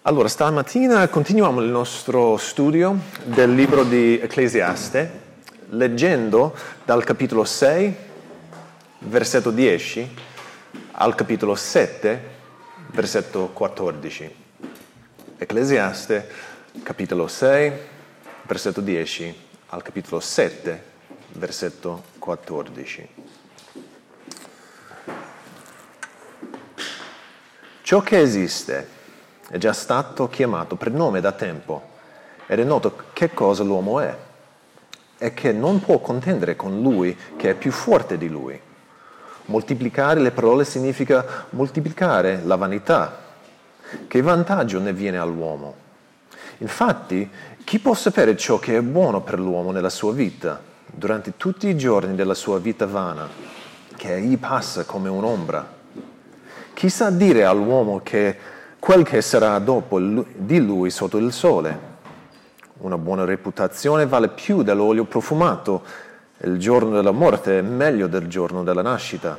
Allora, stamattina continuiamo il nostro studio del libro di Ecclesiaste, leggendo dal capitolo 6, versetto 10, al capitolo 7, versetto 14. Ecclesiaste, capitolo 6, versetto 10, al capitolo 7, versetto 14. Ciò che esiste è già stato chiamato per nome da tempo ed è noto che cosa l'uomo è e che non può contendere con lui che è più forte di lui. Moltiplicare le parole significa moltiplicare la vanità. Che vantaggio ne viene all'uomo? Infatti, chi può sapere ciò che è buono per l'uomo nella sua vita, durante tutti i giorni della sua vita vana, che egli passa come un'ombra? Chi sa dire all'uomo che quel che sarà dopo di lui sotto il sole? Una buona reputazione vale più dell'olio profumato. Il giorno della morte è meglio del giorno della nascita.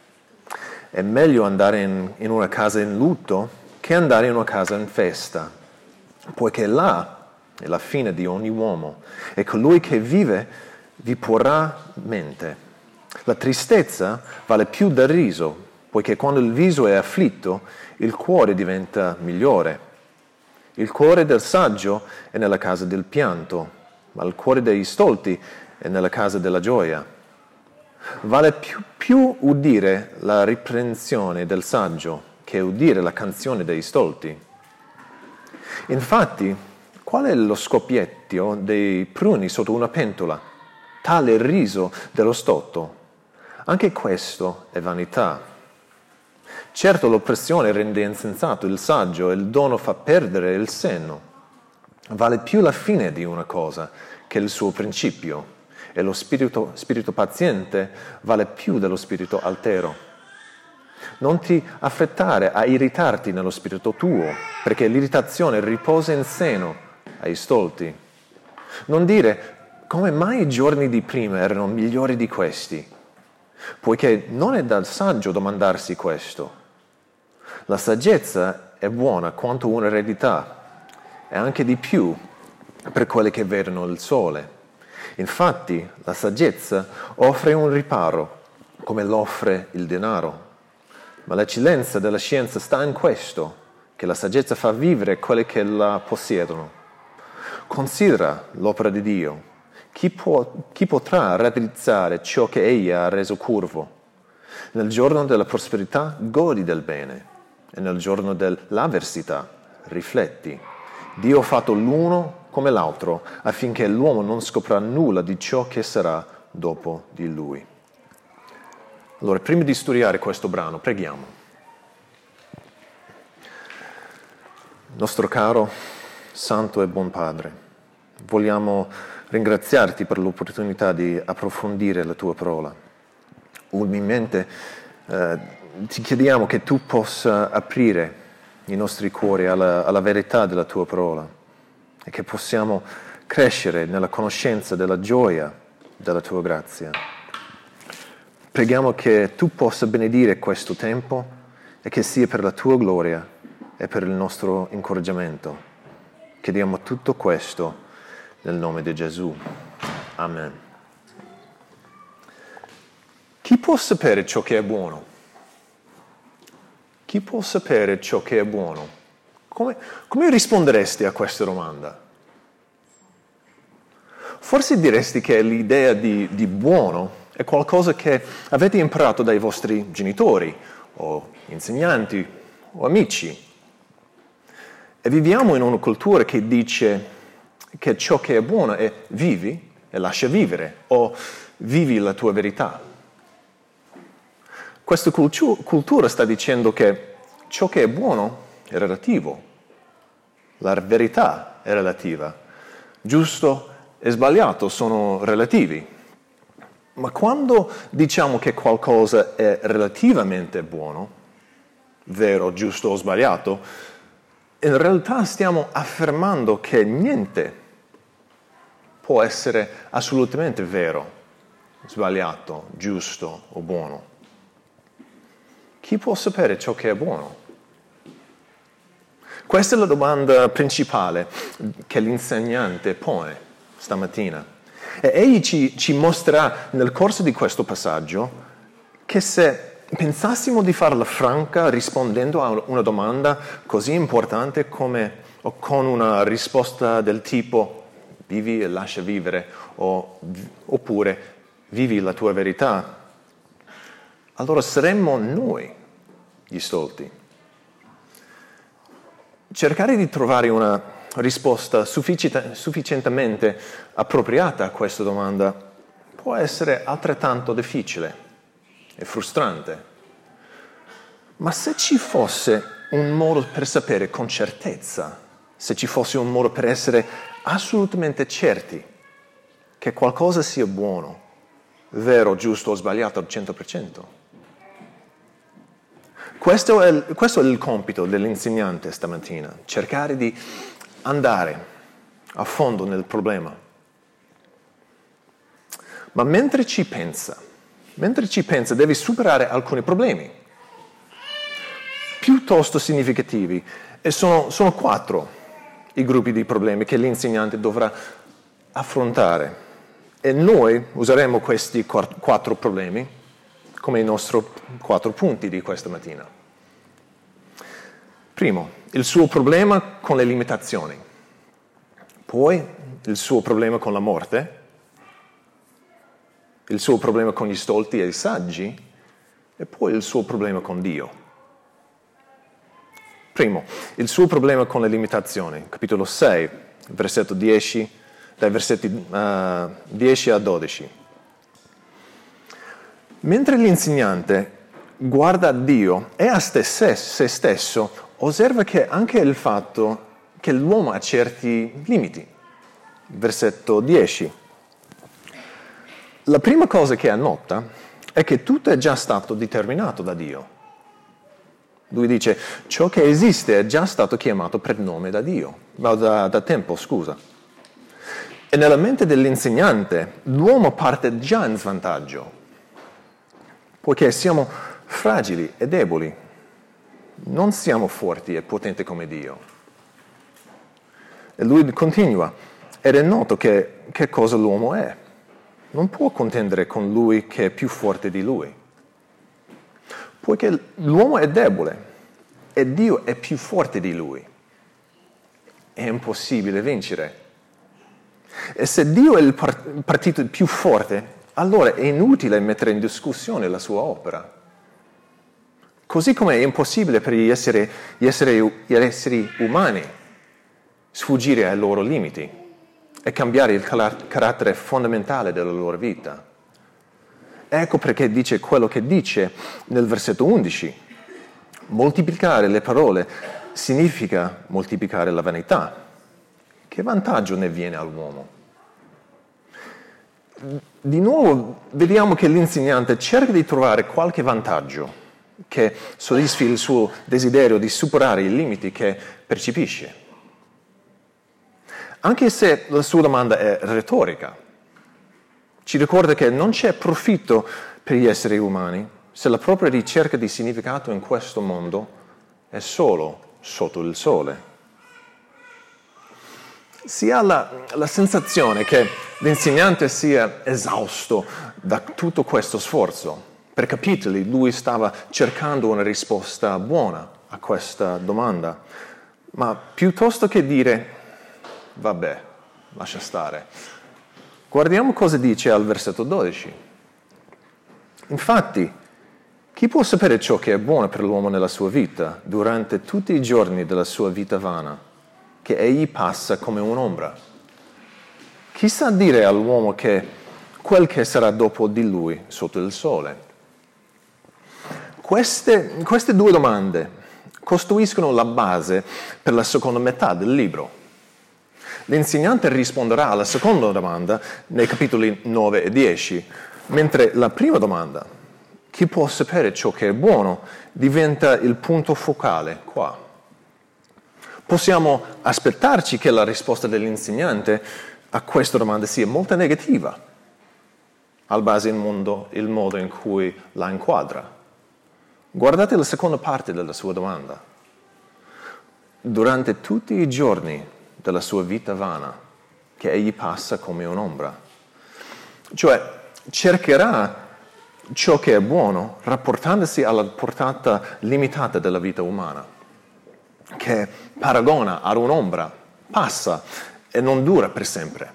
È meglio andare in una casa in lutto che andare in una casa in festa, poiché là è la fine di ogni uomo e colui che vive vi porrà mente. La tristezza vale più del riso, poiché quando il viso è afflitto, il cuore diventa migliore. Il cuore del saggio è nella casa del pianto, ma il cuore degli stolti è nella casa della gioia. Vale più udire la riprensione del saggio che udire la canzone degli stolti. Infatti, qual è lo scoppiettio dei pruni sotto una pentola? Tale il riso dello stotto. Anche questo è vanità. Certo, l'oppressione rende insensato il saggio e il dono fa perdere il senno. Vale più la fine di una cosa che il suo principio, e lo spirito paziente vale più dello spirito altero. Non ti affrettare a irritarti nello spirito tuo, perché l'irritazione riposa in seno ai stolti. Non dire, come mai i giorni di prima erano migliori di questi? Poiché non è dal saggio domandarsi questo. La saggezza è buona quanto un'eredità, e anche di più per quelli che vedono il sole. Infatti, la saggezza offre un riparo, come l'offre il denaro. Ma l'eccellenza della scienza sta in questo, che la saggezza fa vivere quelli che la possiedono. Considera l'opera di Dio. Chi potrà raddrizzare ciò che egli ha reso curvo? Nel giorno della prosperità godi del bene e nel giorno dell'avversità rifletti. Dio ha fatto l'uno come l'altro affinché l'uomo non scopra nulla di ciò che sarà dopo di lui. Allora, prima di studiare questo brano, preghiamo. Nostro caro, santo e buon Padre, vogliamo ringraziarti per l'opportunità di approfondire la tua parola. Umilmente ti chiediamo che tu possa aprire i nostri cuori alla verità della tua parola e che possiamo crescere nella conoscenza della gioia della tua grazia. Preghiamo che tu possa benedire questo tempo e che sia per la tua gloria e per il nostro incoraggiamento. Chiediamo tutto questo nel nome di Gesù. Amen. Chi può sapere ciò che è buono? Chi può sapere ciò che è buono? Come risponderesti a questa domanda? Forse diresti che l'idea di buono è qualcosa che avete imparato dai vostri genitori, o insegnanti, o amici. E viviamo in una cultura che dice che ciò che è buono è vivi e lascia vivere, o vivi la tua verità. Questa cultura sta dicendo che ciò che è buono è relativo, la verità è relativa, giusto e sbagliato sono relativi. Ma quando diciamo che qualcosa è relativamente buono, vero, giusto o sbagliato, in realtà stiamo affermando che niente può essere assolutamente vero, sbagliato, giusto o buono. Chi può sapere ciò che è buono? Questa è la domanda principale che l'insegnante pone stamattina. E egli ci mostrerà nel corso di questo passaggio che se pensassimo di farla franca rispondendo a una domanda così importante come o con una risposta del tipo vivi e lascia vivere oppure vivi la tua verità, allora saremmo noi gli stolti. Cercare di trovare una risposta sufficientemente appropriata a questa domanda può essere altrettanto difficile e frustrante. Ma se ci fosse un modo per sapere con certezza, se ci fosse un modo per essere assolutamente certi che qualcosa sia buono, vero, giusto o sbagliato al 100%, questo è il compito dell'insegnante stamattina, cercare di andare a fondo nel problema. Ma mentre ci pensa, devi superare alcuni problemi piuttosto significativi, e sono 4 i gruppi di problemi che l'insegnante dovrà affrontare. E noi useremo questi 4 problemi come i nostri 4 punti di questa mattina. Primo, il suo problema con le limitazioni. Poi, il suo problema con la morte. Il suo problema con gli stolti e i saggi. E poi il suo problema con Dio. Primo, il suo problema con le limitazioni. Capitolo 6, versetto 10, dai versetti 10 a 12. Mentre l'insegnante guarda a Dio e a se stesso, osserva che anche il fatto che l'uomo ha certi limiti. Versetto 10. La prima cosa che annota è che tutto è già stato determinato da Dio. Lui dice, ciò che esiste è già stato chiamato per nome da Dio, da tempo, scusa. E nella mente dell'insegnante, l'uomo parte già in svantaggio, poiché siamo fragili e deboli, non siamo forti e potenti come Dio. E lui continua, ed è noto che cosa l'uomo è. Non può contendere con lui che è più forte di lui. Poiché l'uomo è debole e Dio è più forte di lui. È impossibile vincere. E se Dio è il partito più forte, allora è inutile mettere in discussione la sua opera. Così come è impossibile per gli esseri umani sfuggire ai loro limiti e cambiare il carattere fondamentale della loro vita. Ecco perché dice quello che dice nel versetto 11. Moltiplicare le parole significa moltiplicare la vanità. Che vantaggio ne viene all'uomo? Di nuovo vediamo che l'insegnante cerca di trovare qualche vantaggio che soddisfi il suo desiderio di superare i limiti che percepisce. Anche se la sua domanda è retorica, ci ricorda che non c'è profitto per gli esseri umani se la propria ricerca di significato in questo mondo è solo sotto il sole. Si ha la sensazione che l'insegnante sia esausto da tutto questo sforzo. Per capitoli lui stava cercando una risposta buona a questa domanda, ma piuttosto che dire, vabbè, lascia stare, guardiamo cosa dice al versetto 12. Infatti, chi può sapere ciò che è buono per l'uomo nella sua vita, durante tutti i giorni della sua vita vana, che egli passa come un'ombra? Chi sa dire all'uomo che quel che sarà dopo di lui sotto il sole? Queste 2 domande costruiscono la base per la seconda metà del libro. L'insegnante risponderà alla seconda domanda nei capitoli 9 e 10, mentre la prima domanda, chi può sapere ciò che è buono, diventa il punto focale qua. Possiamo aspettarci che la risposta dell'insegnante a questa domanda sia molto negativa, al base il modo in cui la inquadra. Guardate la seconda parte della sua domanda. durante tutti i giorni della sua vita vana, che egli passa come un'ombra. Cioè, cercherà ciò che è buono, rapportandosi alla portata limitata della vita umana, che paragona ad un'ombra, passa e non dura per sempre.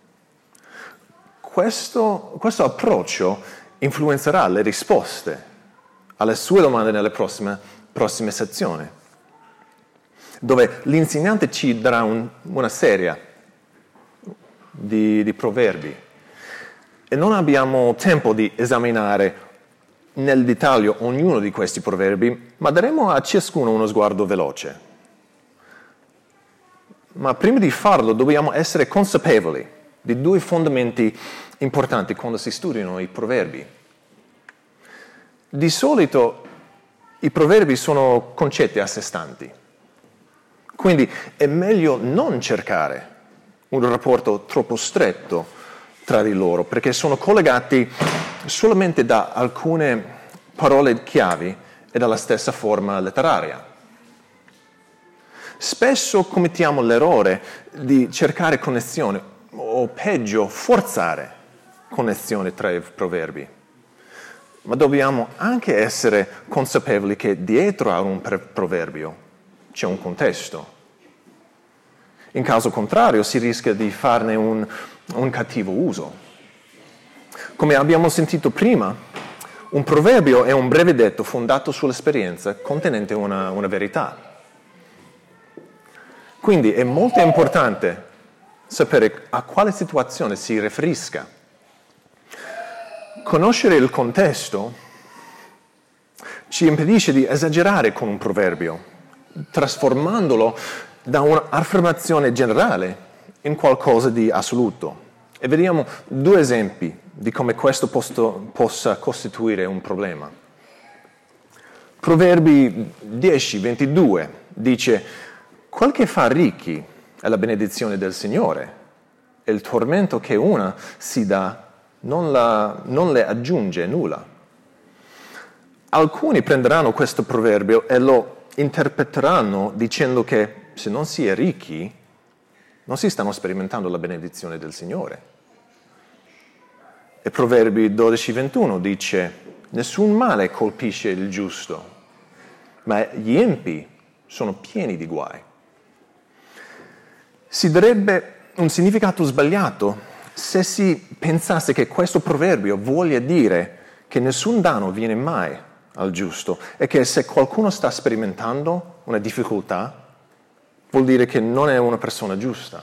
Questo approccio influenzerà le risposte alle sue domande nelle prossime sezioni, dove l'insegnante ci darà una serie di proverbi. E non abbiamo tempo di esaminare nel dettaglio ognuno di questi proverbi, ma daremo a ciascuno uno sguardo veloce. Ma prima di farlo dobbiamo essere consapevoli di due fondamenti importanti quando si studiano i proverbi. Di solito i proverbi sono concetti a sé stanti, quindi è meglio non cercare un rapporto troppo stretto tra di loro, perché sono collegati solamente da alcune parole chiavi e dalla stessa forma letteraria. Spesso commettiamo l'errore di cercare connessione, o peggio, forzare connessione tra i proverbi. Ma dobbiamo anche essere consapevoli che dietro a un proverbio c'è un contesto. In caso contrario si rischia di farne un cattivo uso. Come abbiamo sentito prima, un proverbio è un breve detto fondato sull'esperienza contenente una verità. Quindi è molto importante sapere a quale situazione si riferisca. Conoscere il contesto ci impedisce di esagerare con un proverbio, trasformandolo da un'affermazione generale in qualcosa di assoluto. E vediamo due esempi di come questo possa costituire un problema. Proverbi 10:22 dice: quel che fa ricchi è la benedizione del Signore, e il tormento che una si dà non le aggiunge nulla. Alcuni prenderanno questo proverbio e lo interpreteranno dicendo che se non si è ricchi, non si stanno sperimentando la benedizione del Signore. E Proverbi 12:21 dice: nessun male colpisce il giusto, ma gli empi sono pieni di guai. Si darebbe un significato sbagliato se si pensasse che questo proverbio voglia dire che nessun danno viene mai al giusto e che se qualcuno sta sperimentando una difficoltà vuol dire che non è una persona giusta.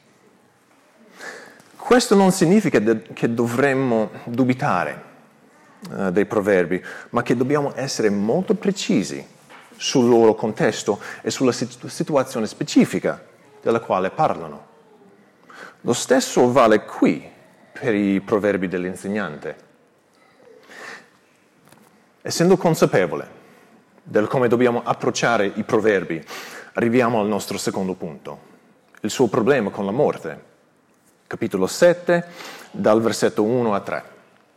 Questo non significa che dovremmo dubitare dei proverbi, ma che dobbiamo essere molto precisi sul loro contesto e sulla situazione specifica della quale parlano. Lo stesso vale qui per i proverbi dell'insegnante. Essendo consapevole del come dobbiamo approcciare i proverbi, arriviamo al nostro secondo punto, il suo problema con la morte. Capitolo 7, dal versetto 1 a 3.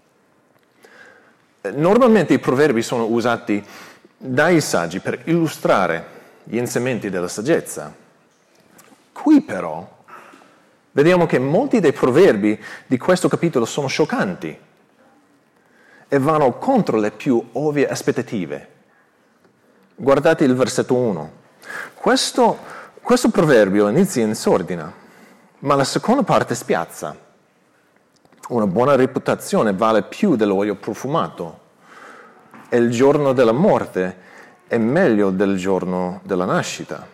Normalmente i proverbi sono usati dai saggi per illustrare gli insegnamenti della saggezza. Qui però vediamo che molti dei proverbi di questo capitolo sono scioccanti e vanno contro le più ovvie aspettative. Guardate il versetto 1. Questo proverbio inizia in sordina, ma la seconda parte spiazza. Una buona reputazione vale più dell'olio profumato, e il giorno della morte è meglio del giorno della nascita.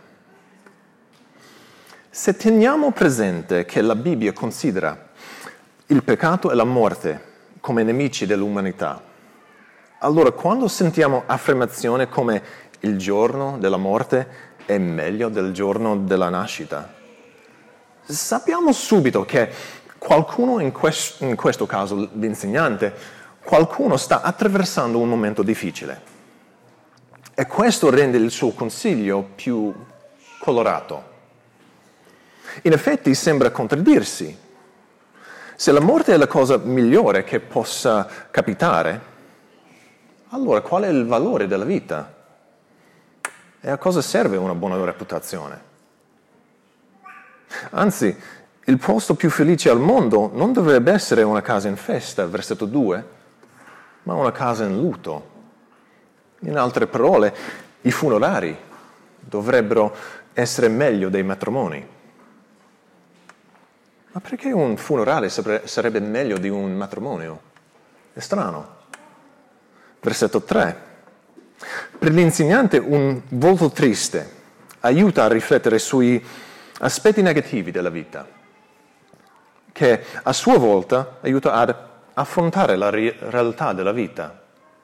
Se teniamo presente che la Bibbia considera il peccato e la morte come nemici dell'umanità, allora quando sentiamo affermazioni come il giorno della morte è meglio del giorno della nascita, sappiamo subito che qualcuno, in questo caso l'insegnante, qualcuno sta attraversando un momento difficile. E questo rende il suo consiglio più colorato. In effetti sembra contraddirsi. Se la morte è la cosa migliore che possa capitare, allora qual è il valore della vita? E a cosa serve una buona reputazione? Anzi, il posto più felice al mondo non dovrebbe essere una casa in festa, versetto 2, ma una casa in lutto. In altre parole, i funerali dovrebbero essere meglio dei matrimoni. Ma perché un funerale sarebbe meglio di un matrimonio? È strano. Versetto 3. Per l'insegnante un volto triste aiuta a riflettere sui aspetti negativi della vita, che a sua volta aiuta ad affrontare la realtà della vita.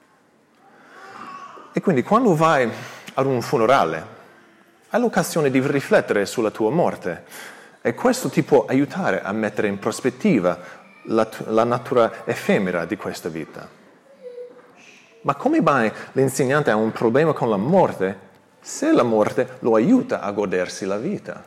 E quindi quando vai ad un funerale, hai l'occasione di riflettere sulla tua morte e questo ti può aiutare a mettere in prospettiva la natura effemera di questa vita. Ma come mai l'insegnante ha un problema con la morte se la morte lo aiuta a godersi la vita?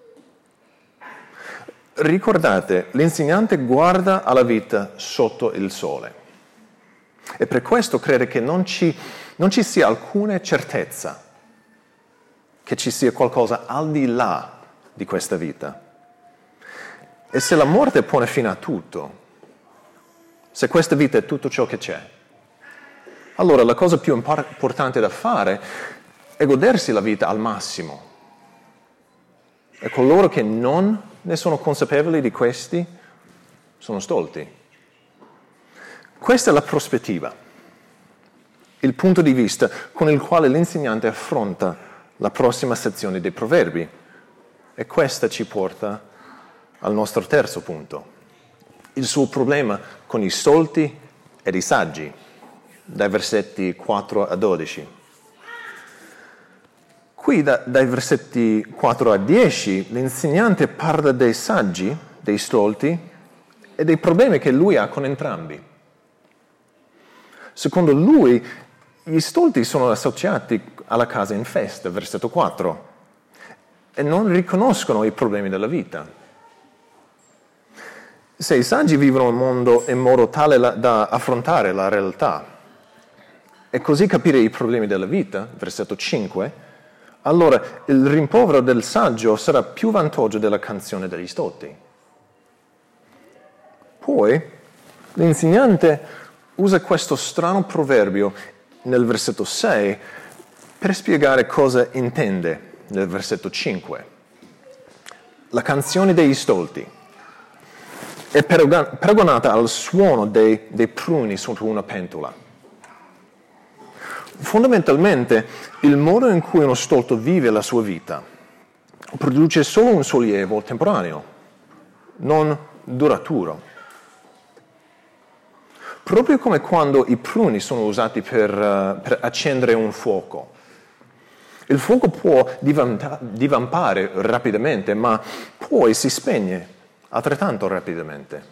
Ricordate, l'insegnante guarda alla vita sotto il sole e per questo crede che non ci sia alcuna certezza che ci sia qualcosa al di là di questa vita. E se la morte pone fine a tutto, se questa vita è tutto ciò che c'è, allora la cosa più importante da fare è godersi la vita al massimo. E coloro che non ne sono consapevoli di questi sono stolti. Questa è la prospettiva, il punto di vista con il quale l'insegnante affronta la prossima sezione dei proverbi. E questa ci porta al nostro terzo punto, il suo problema con i stolti ed i saggi, dai versetti 4 a 12. Qui dai versetti 4 a 10 l'insegnante parla dei saggi, dei stolti e dei problemi che lui ha con entrambi. Secondo lui, gli stolti sono associati alla casa in festa, versetto 4, e non riconoscono i problemi della vita. Se i saggi vivono il mondo in modo tale da affrontare la realtà e così capire i problemi della vita, versetto 5, allora il rimprovero del saggio sarà più vantaggio della canzone degli stolti. Poi l'insegnante usa questo strano proverbio nel versetto 6 per spiegare cosa intende nel versetto 5. La canzone degli stolti è paragonata al suono dei pruni sotto una pentola. Fondamentalmente, il modo in cui uno stolto vive la sua vita produce solo un sollievo temporaneo, non duraturo. Proprio come quando i pruni sono usati per accendere un fuoco. Il fuoco può divampare rapidamente, ma poi si spegne altrettanto rapidamente.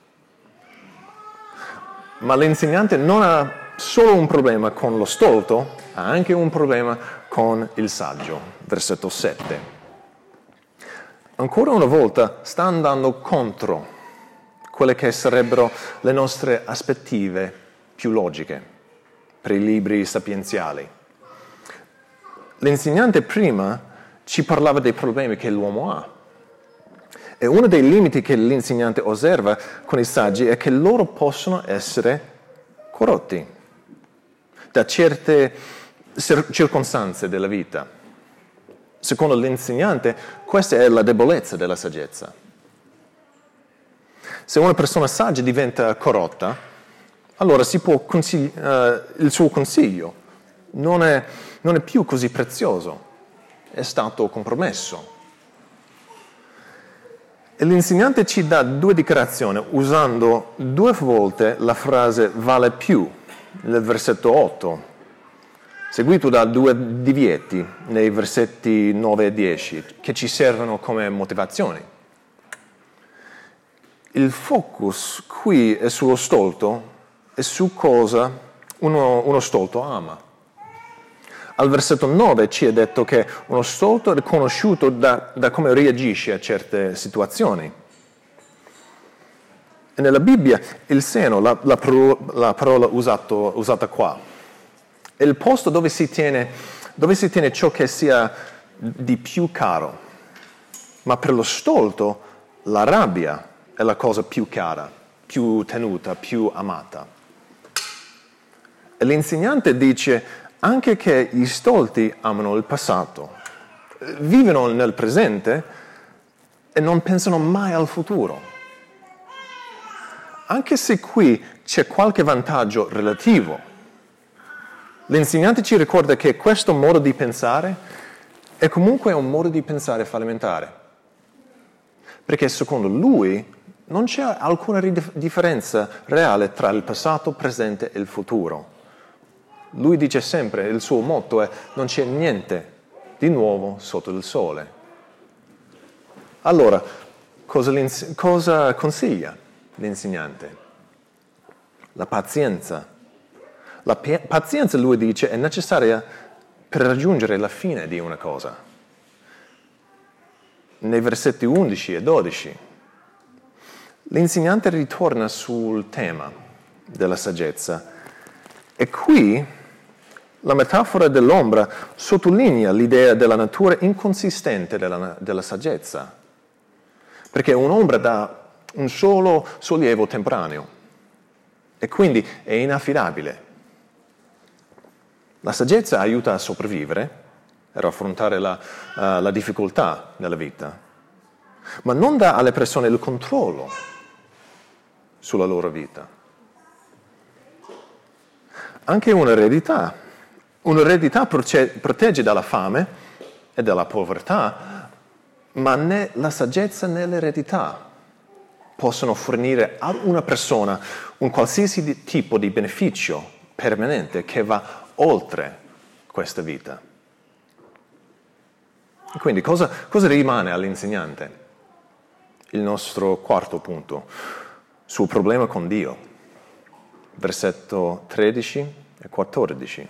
Ma l'insegnante non ha solo un problema con lo stolto, ha anche un problema con il saggio, versetto 7. Ancora una volta sta andando contro quelle che sarebbero le nostre aspettative più logiche per i libri sapienziali. L'insegnante prima ci parlava dei problemi che l'uomo ha. E uno dei limiti che l'insegnante osserva con i saggi è che loro possono essere corrotti da certe circostanze della vita. Secondo l'insegnante, questa è la debolezza della saggezza. Se una persona saggia diventa corrotta, allora il suo consiglio non è più così prezioso, è stato compromesso. E l'insegnante ci dà due dichiarazioni usando 2 volte la frase vale più nel versetto 8, seguito da 2 divieti nei versetti 9 e 10 che ci servono come motivazioni. Il focus qui è sullo stolto e su cosa uno stolto ama. Al versetto 9 ci è detto che uno stolto è conosciuto da come reagisce a certe situazioni. E nella Bibbia il seno, la parola usata qua, è il posto dove si tiene dove si tiene ciò che sia di più caro. Ma per lo stolto la rabbia è la cosa più cara, più tenuta, più amata. E l'insegnante dice anche che gli stolti amano il passato, vivono nel presente e non pensano mai al futuro. Anche se qui c'è qualche vantaggio relativo, l'insegnante ci ricorda che questo modo di pensare è comunque un modo di pensare fallimentare, perché secondo lui non c'è alcuna differenza reale tra il passato, presente e il futuro. Lui dice sempre, il suo motto è non c'è niente di nuovo sotto il sole. Allora, cosa consiglia l'insegnante? La pazienza. La pazienza, lui dice, è necessaria per raggiungere la fine di una cosa. Nei versetti 11 e 12, l'insegnante ritorna sul tema della saggezza e qui la metafora dell'ombra sottolinea l'idea della natura inconsistente della saggezza, perché un'ombra dà un solo sollievo temporaneo e quindi è inaffidabile. La saggezza aiuta a sopravvivere e ad affrontare la difficoltà nella vita, ma non dà alle persone il controllo sulla loro vita. Anche un'eredità protegge dalla fame e dalla povertà, ma né la saggezza né l'eredità possono fornire a una persona un qualsiasi tipo di beneficio permanente che va oltre questa vita. Quindi cosa rimane all'insegnante? Il nostro quarto punto sul problema con Dio, versetto 13 e 14.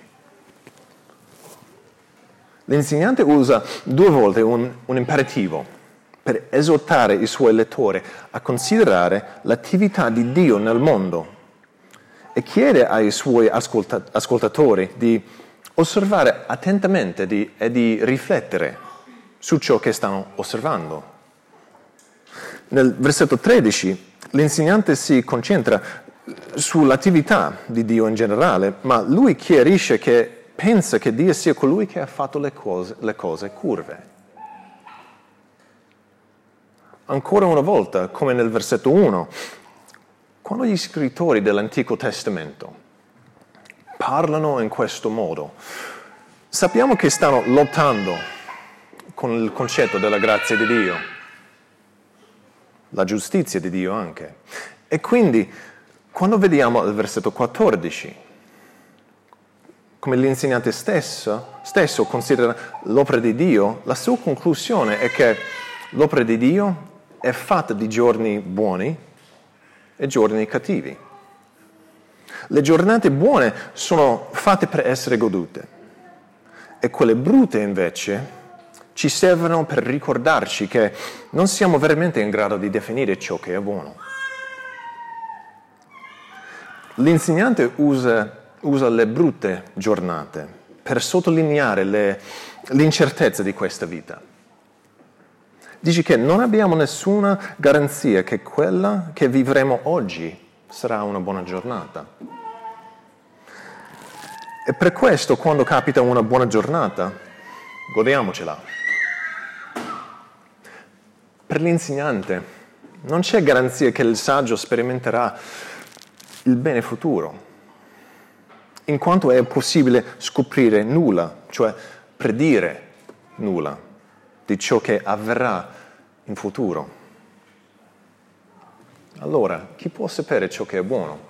L'insegnante usa 2 volte un imperativo per esortare i suoi lettori a considerare l'attività di Dio nel mondo e chiede ai suoi ascoltatori di osservare attentamente e di riflettere su ciò che stanno osservando. Nel versetto 13 l'insegnante si concentra sull'attività di Dio in generale, ma lui chiarisce che pensa che Dio sia colui che ha fatto le cose curve. Ancora una volta, come nel versetto 1, quando gli scrittori dell'Antico Testamento parlano in questo modo, sappiamo che stanno lottando con il concetto della grazia di Dio, la giustizia di Dio anche. E quindi, quando vediamo il versetto 14, come l'insegnante stesso considera l'opera di Dio, la sua conclusione è che l'opera di Dio è fatta di giorni buoni e giorni cattivi. Le giornate buone sono fatte per essere godute e quelle brutte invece ci servono per ricordarci che non siamo veramente in grado di definire ciò che è buono. L'insegnante usa le brutte giornate per sottolineare l'incertezza di questa vita. Dice che non abbiamo nessuna garanzia che quella che vivremo oggi sarà una buona giornata. E per questo, quando capita una buona giornata, godiamocela. Per l'insegnante non c'è garanzia che il saggio sperimenterà il bene futuro, in quanto è possibile scoprire nulla, cioè predire nulla di ciò che avverrà in futuro. Allora, chi può sapere ciò che è buono?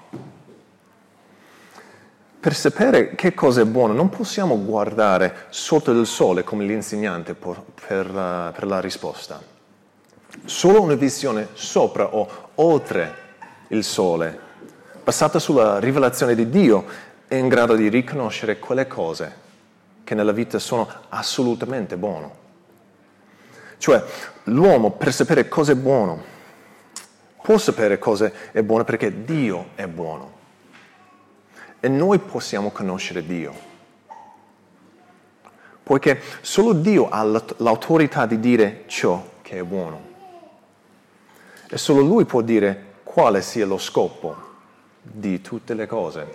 Per sapere che cosa è buono non possiamo guardare sotto il sole come l'insegnante per la risposta. Solo una visione sopra o oltre il sole, basata sulla rivelazione di Dio, è in grado di riconoscere quelle cose che nella vita sono assolutamente buone. Cioè, l'uomo per sapere cosa è buono, può sapere cosa è buono perché Dio è buono. E noi possiamo conoscere Dio. poiché solo Dio ha l'autorità di dire ciò che è buono. E solo Lui può dire quale sia lo scopo di tutte le cose.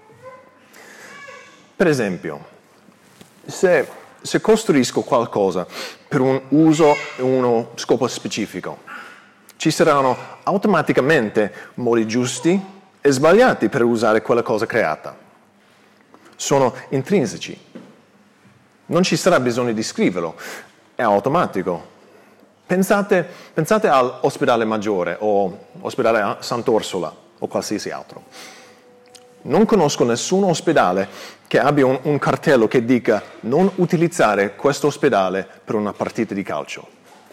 Per esempio, se costruisco qualcosa per un uso e uno scopo specifico, ci saranno automaticamente modi giusti e sbagliati per usare quella cosa creata. Sono intrinseci. Non ci sarà bisogno di scriverlo, è automatico. Pensate all'ospedale Maggiore o ospedale Sant'Orsola o qualsiasi altro. Non conosco nessun ospedale che abbia un cartello che dica non utilizzare questo ospedale per una partita di calcio.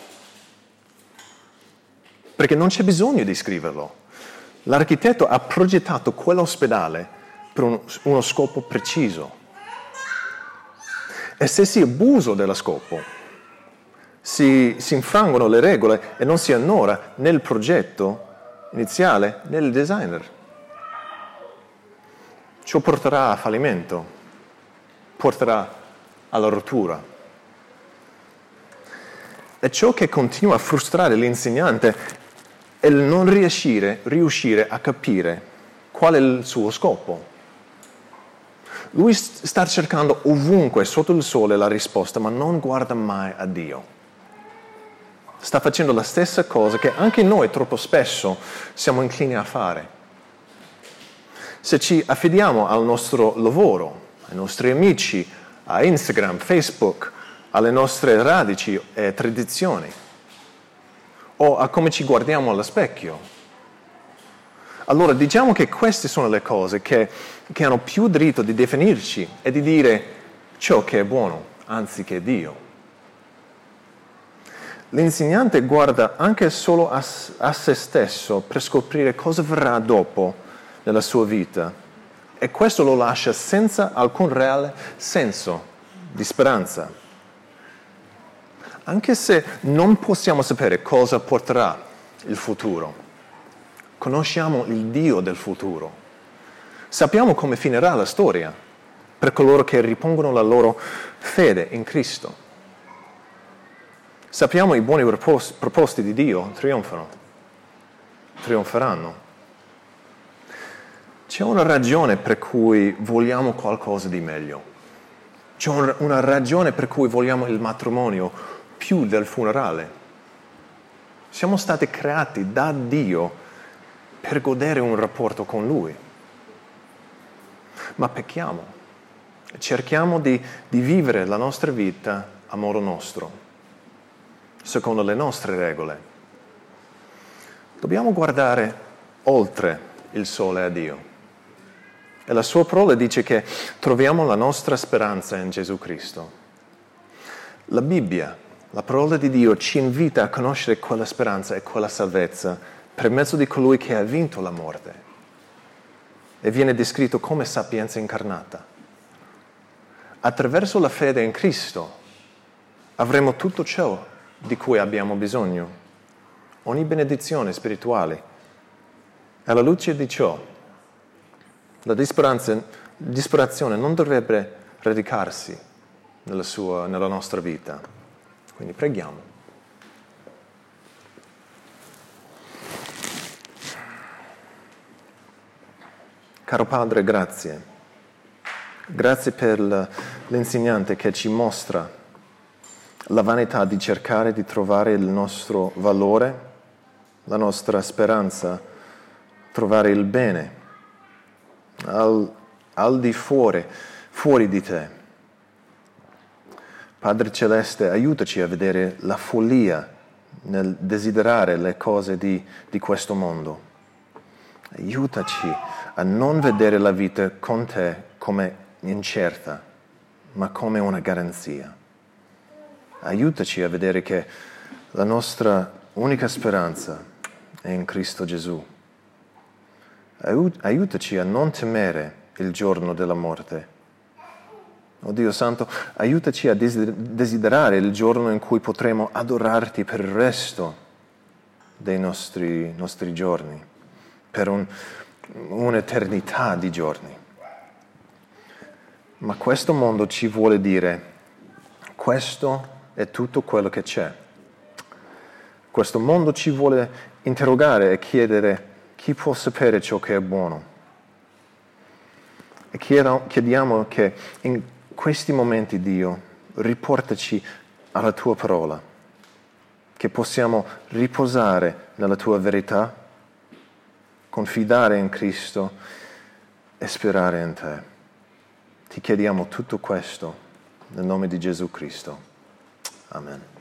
Perché non c'è bisogno di scriverlo. L'architetto ha progettato quell'ospedale per uno scopo preciso. E se si abusa dello scopo, si infrangono le regole e non si onora né il progetto iniziale né il designer. Ciò porterà a fallimento, porterà alla rottura. E ciò che continua a frustrare l'insegnante è il non riuscire a capire qual è il suo scopo. Lui sta cercando ovunque sotto il sole la risposta, ma non guarda mai a Dio. Sta facendo la stessa cosa che anche noi troppo spesso siamo inclini a fare. Se ci affidiamo al nostro lavoro, ai nostri amici, a Instagram, Facebook, alle nostre radici e tradizioni, o a come ci guardiamo allo specchio, allora diciamo che queste sono le cose che hanno più diritto di definirci e di dire ciò che è buono, anziché Dio. L'insegnante guarda anche solo a se stesso per scoprire cosa verrà dopo nella sua vita e questo lo lascia senza alcun reale senso di speranza. Anche se non possiamo sapere cosa porterà il futuro, conosciamo il Dio del futuro. Sappiamo come finirà la storia per coloro che ripongono la loro fede in Cristo. Sappiamo i buoni propositi di Dio trionferanno. C'è una ragione per cui vogliamo qualcosa di meglio. C'è una ragione per cui vogliamo il matrimonio più del funerale. Siamo stati creati da Dio per godere un rapporto con Lui. Ma pecchiamo. Cerchiamo di vivere la nostra vita a modo nostro, secondo le nostre regole. Dobbiamo guardare oltre il sole a Dio. E la sua parola dice che troviamo la nostra speranza in Gesù Cristo. La Bibbia, la parola di Dio, ci invita a conoscere quella speranza e quella salvezza per mezzo di colui che ha vinto la morte. E viene descritto come sapienza incarnata. Attraverso la fede in Cristo avremo tutto ciò di cui abbiamo bisogno, ogni benedizione spirituale. E alla luce di ciò, la disperazione non dovrebbe radicarsi nella nostra vita. Quindi preghiamo. Caro Padre, grazie. Grazie per l'insegnante che ci mostra la vanità di cercare di trovare il nostro valore, la nostra speranza, trovare il bene al di fuori di te. Padre Celeste, aiutaci a vedere la follia nel desiderare le cose di questo mondo. Aiutaci a non vedere la vita con te come incerta, ma come una garanzia. Aiutaci a vedere che la nostra unica speranza è in Cristo Gesù. Aiutaci a non temere il giorno della morte. Oh Dio Santo, aiutaci a desiderare il giorno in cui potremo adorarti per il resto dei nostri giorni, per un'eternità di giorni. Ma questo mondo ci vuole dire Questo è tutto quello che c'è. Questo mondo ci vuole interrogare e chiedere chi può sapere ciò che è buono. E chiediamo che in questi momenti, Dio, riportaci alla tua parola, che possiamo riposare nella tua verità, confidare in Cristo e sperare in te. Ti chiediamo tutto questo nel nome di Gesù Cristo. Amen.